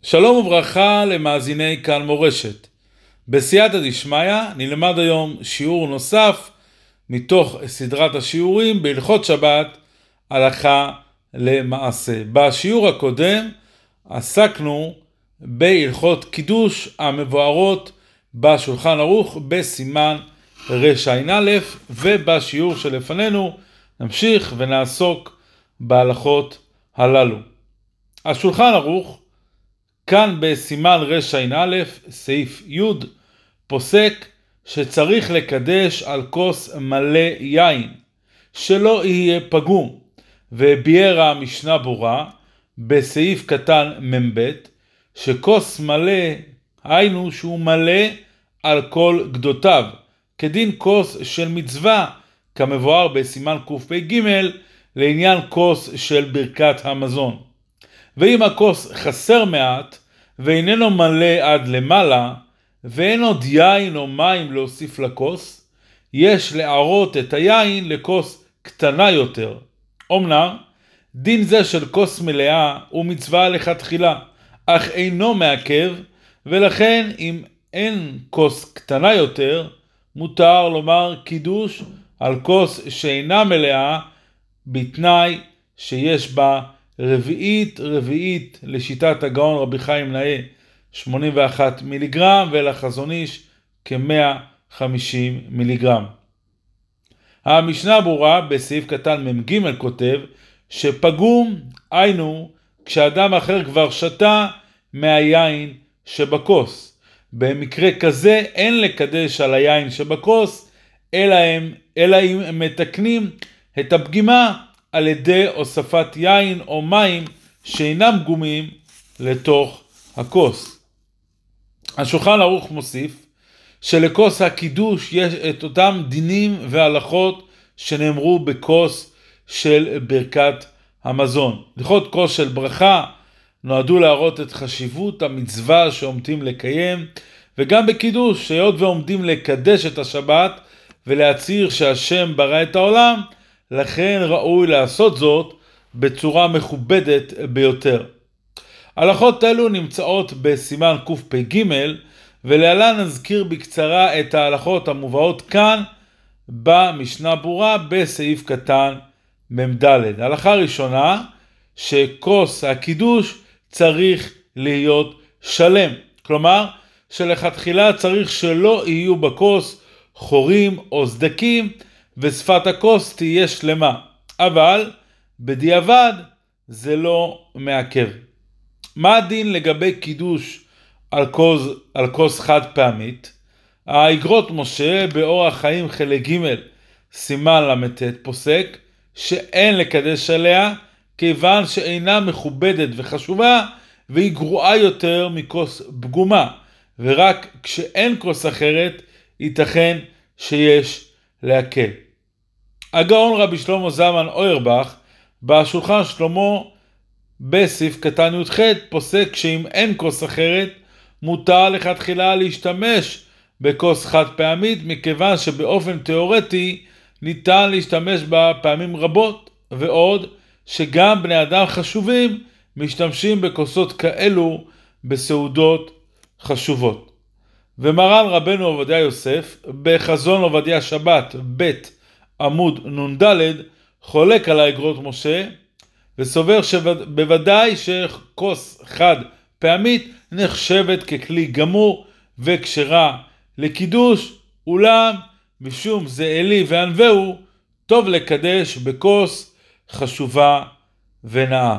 שלום וברכה למאזיני כאן מורשת. בסייעתא דשמיא נלמד היום שיעור נוסף מתוך סדרת השיעורים בהלכות שבת הלכה למעשה. בשיעור הקודם עסקנו בהלכות קידוש המבוארות בשולחן ערוך בסימן רע"א, ובשיעור שלפנינו נמשיך ונעסוק בהלכות הללו. השולחן ערוך כאן בסימן רע"א סעיף י' פוסק שצריך לקדש על כוס מלא יין שלא יהיה פגום, וביאר המשנה ברורה בסעיף קטן מ"ב שכוס מלא היינו שהוא מלא על כל גדותיו, כדין כוס של מצווה כמבואר בסימן קפ"ג לעניין כוס של ברכת המזון. ואם הכוס חסר מעט ואיננו מלא עד למעלה ואין עוד יין או מים להוסיף לכוס, יש להערות את היין לכוס קטנה יותר. אמנם דין זה של כוס מלאה הוא מצווה לכתחילה, אך אינו מעכב, ולכן אם אין כוס קטנה יותר מותר לומר קידוש על כוס שאינה מלאה, בתנאי שיש בה רביעית לשיטת הגאון רבי חיים נאה 81 מיליגרם, ולחזון איש כ150 מיליגרם. המשנה ברורה בסעיף קטן מ"ג כותב שפגום היינו כשאדם אחר כבר שתה מהיין שבכוס. במקרה כזה אין לקדש על היין שבכוס, אלא אם מתקנים את הפגימה על ידי הוספת יין או מים שאינם פגומים לתוך הכוס. השולחן ערוך מוסיף שלכוס הקידוש יש את אותם דינים והלכות שנאמרו בכוס של ברכת המזון. הלכות כוס של ברכה נועדו להראות את חשיבות המצווה שעומדים לקיים, וגם בקידוש שהיות ועומדים לקדש את השבת ולהצהיר שהשם ברא את העולם, לכן ראוי לעשות זאת בצורה מכובדת ביותר. הלכות אלו נמצאות בסימן קפ"ג, ולהלן נזכיר בקצרה את ההלכות המובאות כאן במשנה ברורה בסעיף קטן מ"ד. הלכה ראשונה, שכוס הקידוש צריך להיות שלם, כלומר שלכתחילה צריך שלא יהיו בכוס חורים או סדקים, ושפת הכוס תהיה שלמה, אבל בדיעבד זה לא מעכב. מה הדין לגבי קידוש על כוס חד פעמית? האגרות משה באורח חיים חלק ג' סימן ל"ט פוסק שאין לקדש עליה, כיוון שאינה מכובדת וחשובה והיא גרועה יותר מכוס פגומה, ורק כשאין כוס אחרת ייתכן שיש להקל. הגאון רבי שלמה זלמן אוירבך בשולחן שלמה בסעיף קטן י"ח פוסק שאם אין כוס אחרת מותר לכתחילה להשתמש בכוס חד פעמית, מכיוון שבאופן תיאורטי ניתן להשתמש בה פעמים רבות, ועוד שגם בני אדם חשובים משתמשים בכוסות כאלו בסעודות חשובות. ומרן רבנו עובדיה יוסף בחזון עובדיה שבת ב' עמוד נ"ד חולק על האגרות משה, וסובר שבוודאי שכוס חד פעמית נחשבת ככלי גמור וכשרה לקידוש, אולם משום זה אלי וענווהו טוב לקדש בכוס חשובה ונאה.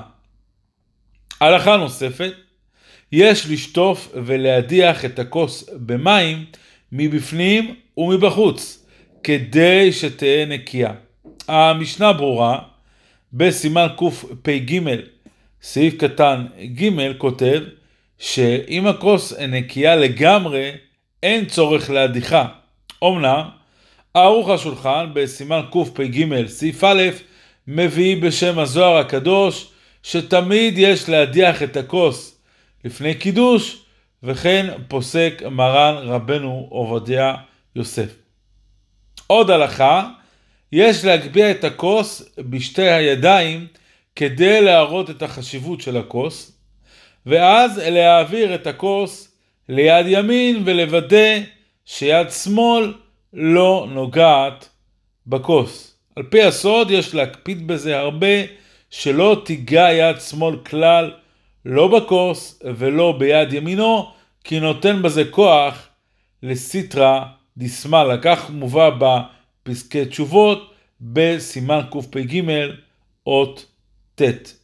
הלכה נוספת, יש לשטוף ולהדיח את הכוס במים מבפנים ומבחוץ כדי שתהיה נקייה. המשנה ברורה בסימן קפ"ג סעיף קטן ג' כותב שאם הכוס נקייה לגמרי אין צורך להדיחה. אמנם ערוך השולחן בסימן קפ"ג סעיף א' מביא בשם הזוהר הקדוש שתמיד יש להדיח את הכוס לפני קידוש, וכן פוסק מרן רבנו עובדיה יוסף. עוד הלכה, יש להגביה את הכוס בשתי הידיים כדי להראות את החשיבות של הכוס, ואז להעביר את הכוס ליד ימין ולוודא שיד שמאל לא נוגעת בכוס. על פי הסוד יש להקפיד בזה הרבה, שלא תיגע יד שמאל כלל, לא בכוס ולא ביד ימינו, כי נותן בזה כוח לסיטרא דשמאלה. כך מובא בפסקי תשובות בסימן קפ"ג אות ט'.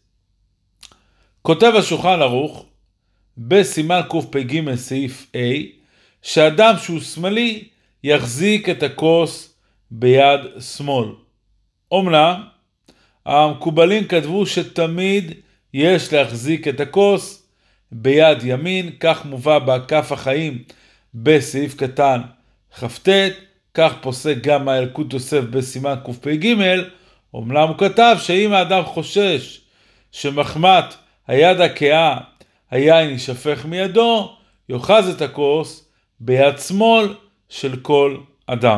כותב השולחן ערוך בסימן קפ"ג סעיף A, שאדם שהוא שמאלי יחזיק את הכוס ביד שמאל. אומנם המקובלים כתבו שתמיד יש להחזיק את הכוס ביד ימין, כך מובא בכף החיים בסעיף קטן כ"ט, כך פוסק גם הילקוט יוסף בסימן קפ"ג. אומנם הוא כתב שאם האדם חושש שמחמת היד הכהה היין יישפך מידו, יוחז את הכוס ביד שמאל של כל אדם.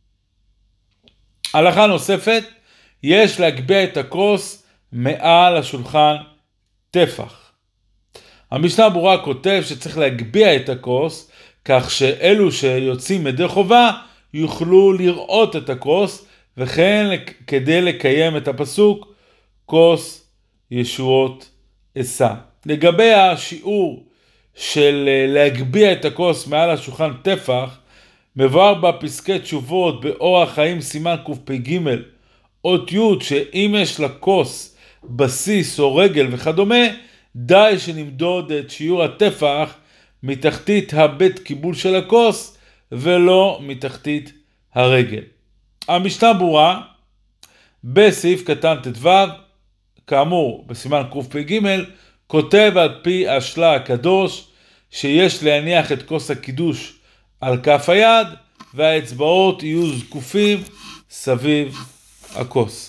הלכה נוספת, יש להגביה את הכוס מעל השולחן טפח. המשנה ברורה כותב שצריך להגביה את הכוס, כך שאלו שיוצאים ידי חובה יוכלו לראות את הכוס, וכן כדי לקיים את הפסוק כוס ישועות אשא. לגבי השיעור של להגביה את הכוס מעל השולחן טפח, מבואר בפסקי תשובות באור החיים סימן קפ"ג אות י', שאם יש לכוס בסיס או רגל וכדומה, די שנמדוד את שיעור הטפח מתחתית הבית קיבול של הכוס ולא מתחתית הרגל. המשנה ברורה בסעיף קטן ט"ו, כאמור בסימן קפ"ג, כותב על פי השלה הקדוש שיש להניח את כוס הקידוש על כף היד והאצבעות יהיו זקופים סביב הכוס.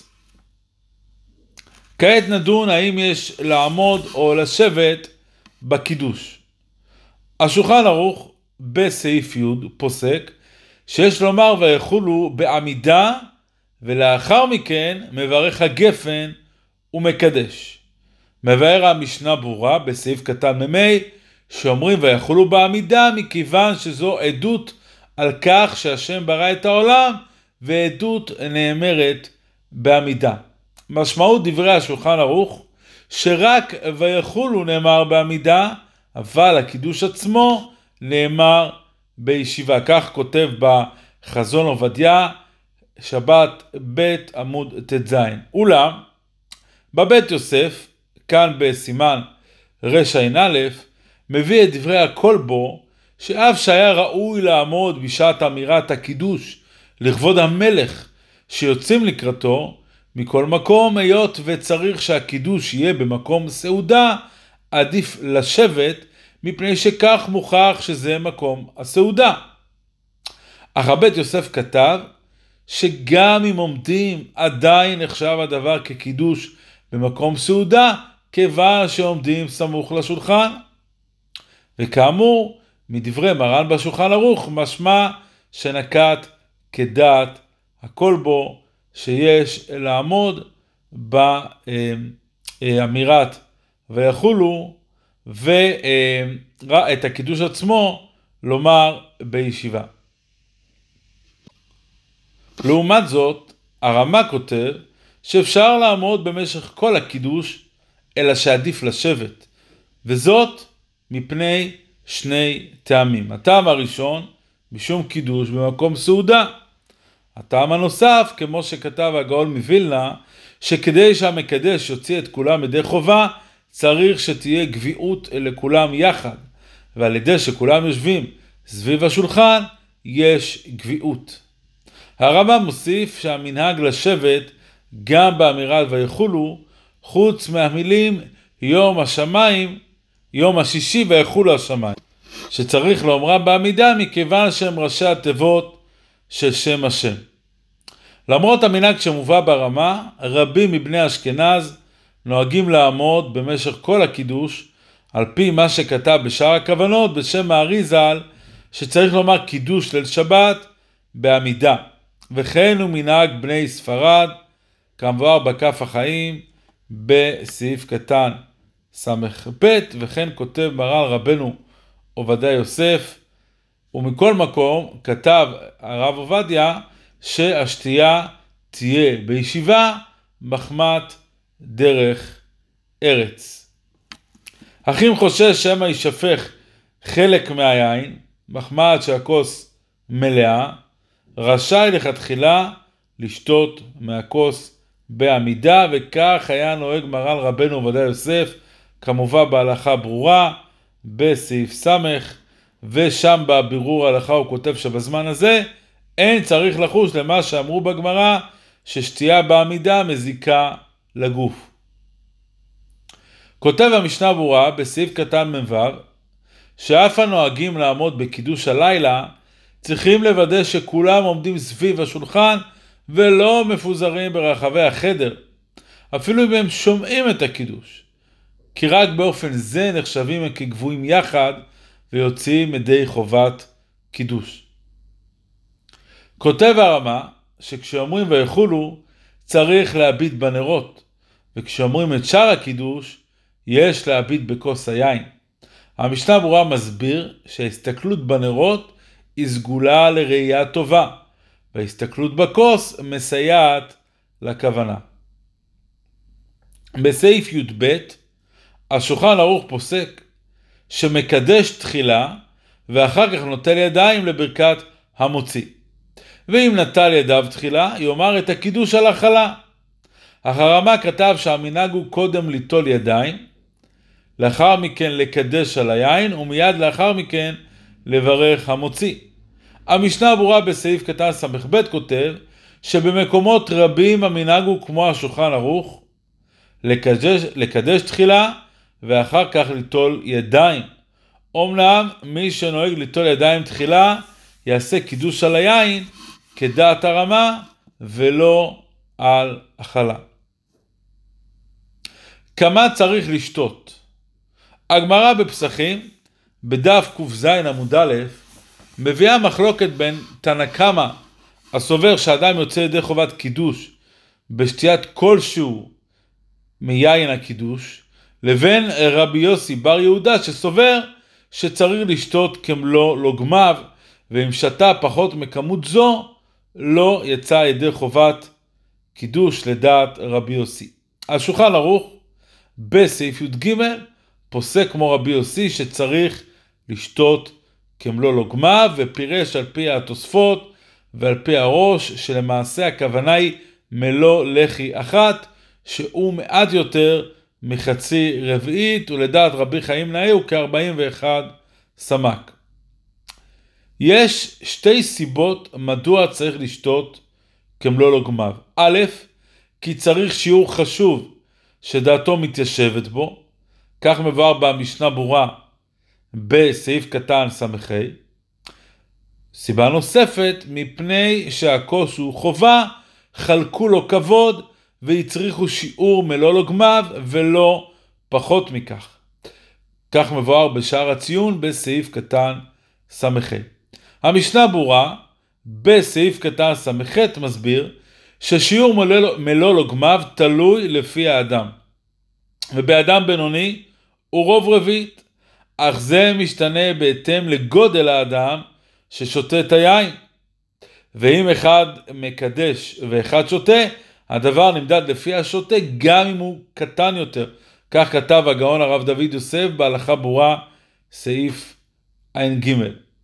כעת נדון האם יש לעמוד או לשבת בקידוש. השולחן ערוך בסעיף י' פוסק שיש לומר ויחולו בעמידה, ולאחר מכן מברך הגפן ומקדש. מבאר המשנה ברורה בסעיף קטן מ"ה שאומרים ויחולו בעמידה, מכיוון שזו עדות על כך שהשם ברא את העולם, ועדות נאמרת בעמידה. משמעות דברי השולחן ערוך שרק ויחולו נאמר בעמידה, אבל הקידוש עצמו נאמר בישיבה. כך כותב בחזון עובדיה שבת ב' עמוד ט"ז. אולם בבית יוסף, כאן בסימן רע"א, מביא את דברי הכל בו, שאף שהיה ראוי לעמוד בשעת אמירת הקידוש לכבוד המלך שיוצאים לקראתו, מכל מקום היות וצריך שהקידוש יהיה במקום סעודה, עדיף לשבת, מפני שכך מוכח שזה מקום הסעודה. אך הבית יוסף כתב שגם אם עומדים עדיין נחשב הדבר כקידוש במקום סעודה, כיוון שעומדים סמוך לשולחן. וכאמור, מדברי מרן בשולחן ערוך משמע שנקט כדעת הכל בו, שיש לעמוד באמירת ויחולו, ואת הקידוש עצמו לומר בישיבה. לעומת זאת, הרמ"א כותב שאפשר לעמוד במשך כל הקידוש, אלא שעדיף לשבת, וזאת מפני שני טעמים. הטעם הראשון, משום קידוש במקום סעודה. הטעם הנוסף, כמו שכתב הגאון מווילנה, שכדי שהמקדש יוציא את כולם ידי חובה, צריך שתהיה גביעות לכולם יחד, ועל ידי שכולם יושבים סביב השולחן, יש גביעות. הרמב"ם מוסיף שהמנהג לשבת גם באמירת ויחולו, חוץ מהמילים יום השמיים, יום השישי ויחולו השמיים, שצריך לאומרה בעמידה מכיוון שהם ראשי התיבות של שם השם. למרות המנהג שמובא ברמ"א, רבים מבני אשכנז נוהגים לעמוד במשך כל הקידוש, על פי מה שכתב בשאר הכוונות בשם האריז"ל, שצריך לומר קידוש ליל שבת בעמידה. וכן הוא מנהג בני ספרד, כמבואר בכף החיים בסעיף קטן ס"ב, וכן כותב מרן רבנו עובדיה יוסף, ומכל מקום כתב הרב עובדיה שהשתייה תהיה בישיבה מחמת דרך ארץ. אך אם חושש שמא יישפך חלק מהיין, מחמת שהכוס מלאה, רשאי לכתחילה לשתות מהכוס בעמידה, וכך היה נוהג מרן רבנו עובדיה יוסף, כמובן בהלכה ברורה, בסעיף סמך, ושם בבירור ההלכה הוא כותב שבזמן הזה אין צריך לחוש למה שאמרו בגמרא ששתייה בעמידה מזיקה לגוף. כותב המשנה ברורה בסעיף קטן מ"ו שאף הנוהגים לעמוד בקידוש הלילה צריכים לוודא שכולם עומדים סביב השולחן ולא מפוזרים ברחבי החדר, אפילו אם הם שומעים את הקידוש, כי רק באופן זה נחשבים כגבוהים יחד ויוצאים ידי חובת קידוש. כותב הרמה שכשאומרים ויחולו צריך להביט בנרות, וכשאומרים את שאר הקידוש יש להביט בכוס היין. המשנה ברורה מסביר שההסתכלות בנרות היא סגולה לראייה טובה, וההסתכלות בכוס מסייעת לכוונה. בסעיף י"ב השולחן ערוך פוסק שמקדש תחילה ואחר כך נוטל ידיים לברכת המוציא, ואם נטל ידיו תחילה יאמר את הקידוש על החלה. אך הרמה כתב שהמנהג הוא קודם ליטול ידיים, לאחר מכן לקדש על היין, ומיד לאחר מכן לברך המוציא. המשנה ברורה בסעיף קטן ס"ב כותב שבמקומות רבים המנהג הוא כמו השולחן ערוך, לקדש תחילה ואחר כך ליטול ידיים. אומנם מי שנוהג ליטול ידיים תחילה יעשה קידוש על היין כדעת הרמה ולא על החלה. כמה צריך לשתות? הגמרא בפסחים בדף ק"ז עמוד א' מביאה מחלוקת בין תנא קמא הסובר שאדם יוצא ידי חובת קידוש בשתיית כלשהו מיין הקידוש, לבין רבי יוסי בר יהודה שסובר שצריך לשתות כמלוא לוגמיו, ואם שתה פחות מכמות זו לא יצא ידי חובת קידוש לדעת רבי יוסי. השולחן ערוך בסעיף י"ג פוסק כמו רבי יוסי שצריך לשתות כמלוא לוגמיו, ופירש על פי התוספות ועל פי הראש שלמעשה הכוונה היא מלוא לחי אחת, שהוא מעט יותר מחצי רביעית, ולדעת רבי חיים נאה הוא כ-41 סמ"ק. יש שתי סיבות מדוע צריך לשתות כמלוא לוגמיו. א', כי צריך שיעור חשוב שדעתו מתיישבת בו, כך מבואר במשנה ברורה בסעיף קטן ס"ה. סיבה נוספת, מפני שהכוס הוא חובה, חלקו לו כבוד והצריכו שיעור מלוא לוגמיו ולא פחות מכך. כך מבואר בשער הציון בסעיף קטן ס"ה. המשנה ברורה בסעיף קטן ס"ח מסביר ששיעור מלוא לוגמיו תלוי לפי האדם, ובאדם בינוני הוא רוב רביעית, אך זה משתנה בהתאם לגודל האדם ששותה את היין. ואם אחד מקדש ואחד שותה, הדבר נמדד לפי השותה גם אם הוא קטן יותר. כך כתב הגאון הרב דוד יוסף בהלכה ברורה סעיף ע"ג.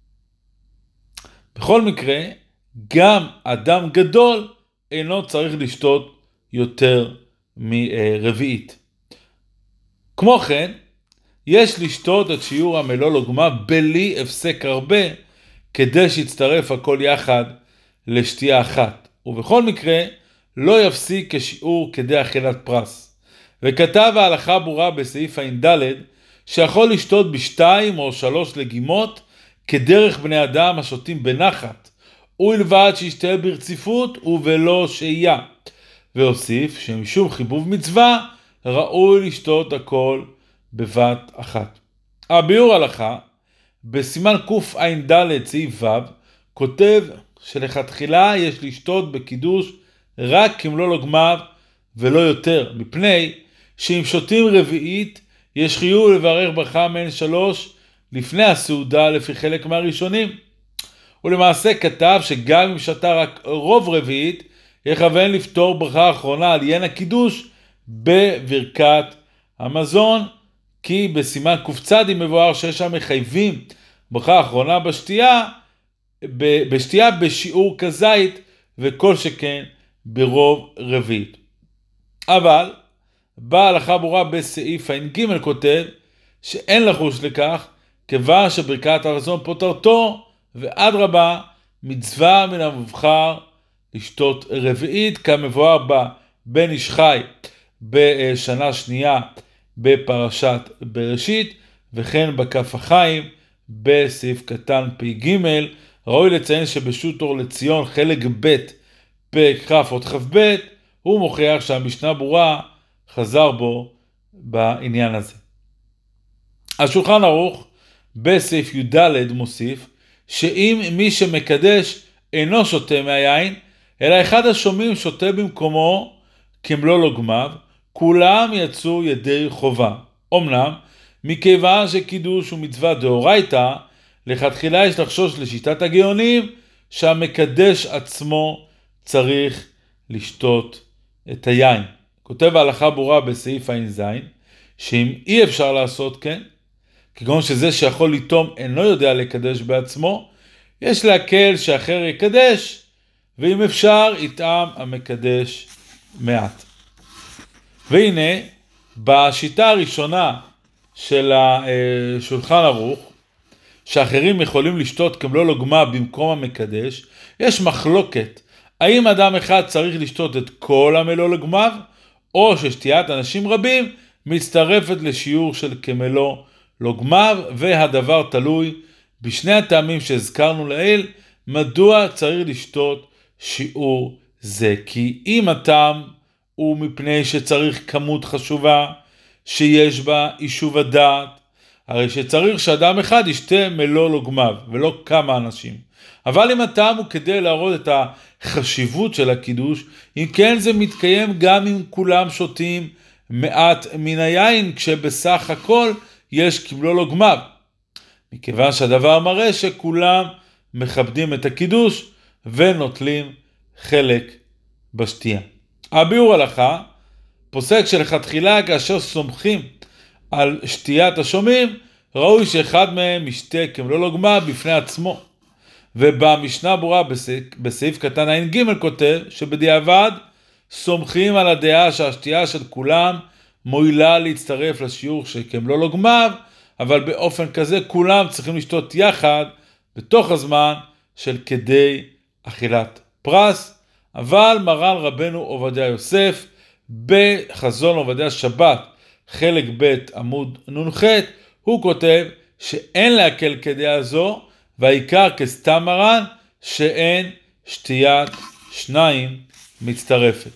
בכל מקרה, גם אדם גדול אינו צריך לשתות יותר מרביעית. כמו כן, יש לשתות את שיעור המלוא לוגמיו בלי הפסק הרבה, כדי שיצטרף הכל יחד לשתייה אחת. ובכל מקרה, לא יפסיק כשיעור כדי אכילת פרס. וכתב ההלכה ברורה בסעיף ע"ד שיכול לשתות בשתיים או שלוש לגימות כדרך בני אדם השותים בנחת, ולבד שישתה ברציפות ובלא שהייה. והוסיף שמשום חיבוב מצווה ראוי לשתות הכל בבת אחת. הביאור הלכה בסימן קע"ד סעיף ו' כותב שלכתחילה יש לשתות בקידוש רק כמלוא לוגמיו ולא יותר, מפני שאם שותים רביעית יש חיוב לברך ברכה מעין 3 לפני הסעודה לפי חלק מהראשונים. ולמעשה כתב שגם אם שתה רק רוב רביעית, יכוון לפתור ברכה אחרונה על עניין הקידוש בברכת המזון, כי בסימן קצ"ד מבואר שיש שם מחייבים ברכה אחרונה בשתייה בשיעור כזית, וכל שכן ברוב רביעית. אבל באה הלכה ברורה בסעיף ע"ג כותב שאין לחוש לכך, כיוון שברכת המזון פוטרתו, ואדרבה מצווה מן המובחר לשתות רביעית, כמבואר בבן איש חי בשנה שנייה בפרשת בראשית, וכן בכף החיים בסעיף קטן פ"ג. ראוי לציין שבשו"ת אור לציון חלק ב' פרק כ' עוד כ"ב הוא מוכיח שהמשנה ברורה חזר בו בעניין הזה. השולחן ערוך בסעיף י"ד מוסיף שאם מי שמקדש אינו שותה מהיין, אלא אחד השומעים שותה במקומו כמלוא לוגמיו, כולם יצאו ידי חובה. אמנם, מכיוון שקידוש הוא מצווה דאורייתא, לכתחילה יש לחשוש לשיטת הגאונים שהמקדש עצמו צריך לשתות את היין. כותב ההלכה ברורה בסעיף ע"ז שאם אי אפשר לעשות כן, כגון שזה שיכול לטום אינו יודע לקדש בעצמו, יש להקל שאחר יקדש, ואם אפשר יטעם המקדש מעט. והנה, בשיטה הראשונה של השולחן ערוך, שאחרים יכולים לשתות כמלוא לוגמה במקום המקדש, יש מחלוקת האם אדם אחד צריך לשתות את כל המלוא לוגמיו, או ששתיית אנשים רבים מצטרפת לשיעור של כמלוא לוגמיו, והדבר תלוי בשני הטעמים שהזכרנו לעיל, מדוע צריך לשתות שיעור זה. כי אם הטעם הוא מפני שצריך כמות חשובה שיש בה יישוב הדעת, הרי שצריך שאדם אחד ישתה מלוא לוגמיו ולא כמה אנשים. אבל אם הטעם הוא כדי להראות את החשיבות של הקידוש, אם כן זה מתקיים גם אם כולם שותים מעט מן היין, כשבסך הכל יש כמלוא לוגמיו, מכיוון שהדבר מראה שכולם מכבדים את הקידוש ונוטלים חלק בשתייה. הביאור הלכה פוסק שלכתחילה כאשר סומכים על שתיית השומעים, ראוי שאחד מהם ישתה כמלוא לוגמיו בפני עצמו. ובמשנה ברורה בסעיף קטן ע"ג כותב שבדיעבד סומכים על הדעה שהשתייה של כולם מועילה להצטרף לשיעור של כמלוא לוגמיו, אבל באופן כזה כולם צריכים לשתות יחד בתוך הזמן של כדי אכילת פרס. אבל מרן רבנו עובדיה יוסף בחזון עובדיה שבת חלק ב' עמוד נ"ח, הוא כותב שאין להקל כדעה זו, והעיקר כסתם מרן שאין שתיית שניים מצטרפת.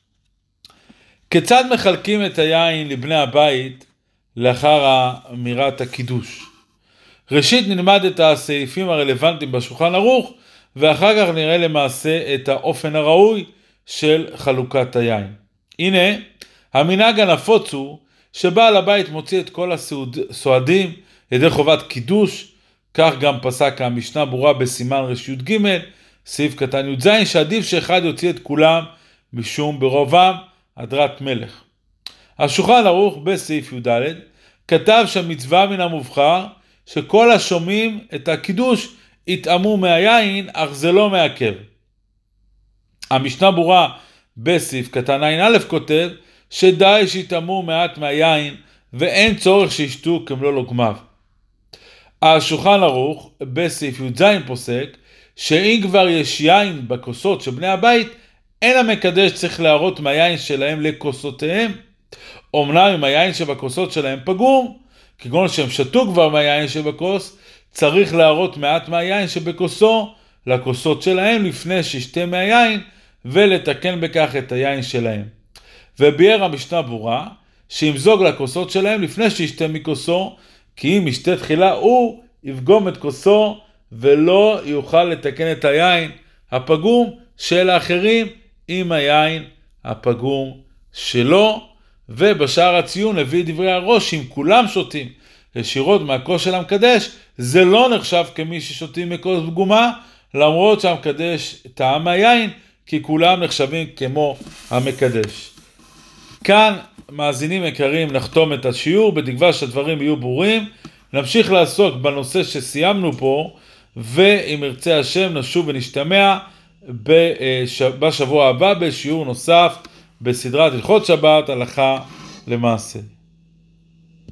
כיצד מחלקים את היין לבני הבית לאחר אמירת הקידוש? ראשית נלמד את הסעיפים הרלוונטיים בשולחן ערוך, ואחר כך נראה למעשה את האופן הראוי של חלוקת היין. הנה, המנהג הנפוץ הוא שבעל הבית מוציא את כל הסועדים ידי חובת קידוש, כך גם פסק המשנה ברורה בסימן ר"ג, סעיף קטן י"ז, שעדיף שאחד יוציא את כולם משום ברובם הדרת מלך. השולחן ערוך בסעיף י"ד כתב שהמצווה מן המובחר שכל השומעים את הקידוש יטעמו מהיין, אך זה לא מעכב. המשנה ברורה בסעיף קטן ע"א כותב שדי שיטעמו מעט מהיין ואין צורך שישתו כמלוא לוגמיו. השולחן ערוך בסעיף י"ז פוסק שאם כבר יש יין בכוסות של בני הבית, אין המקדש צריך להראות מהיין שלהם לכוסותיהם. אמנם אם היין שבכוסות שלהם פגום, כגון שהם שתו כבר מהיין שבכוס, צריך להראות מעט מהיין שבכוסו לכוסות שלהם לפני שישתה מהיין, ולתקן בכך את היין שלהם. וביאר המשנה ברורה שימזוג לכוסות שלהם לפני שישתה מכוסו, כי אם ישתה תחילה הוא יפגום את כוסו ולא יוכל לתקן את היין הפגום של האחרים עם היין הפגום שלו. ובשער הציון הביא דברי הראש שאם כולם שותים ישירות מהכוס של המקדש, זה לא נחשב כמי ששותים מכוס פגומה, למרות שהמקדש טעם מהיין, כי כולם נחשבים כמו המקדש. כאן, מאזינים יקרים, נחתום את השיעור, בתקווה שהדברים יהיו ברורים. נמשיך לעסוק בנושא שסיימנו פה, ואם ירצה השם נשוב ונשתמע בשבוע הבא בשיעור נוסף בסדרת הלכות שבת הלכה למעשה.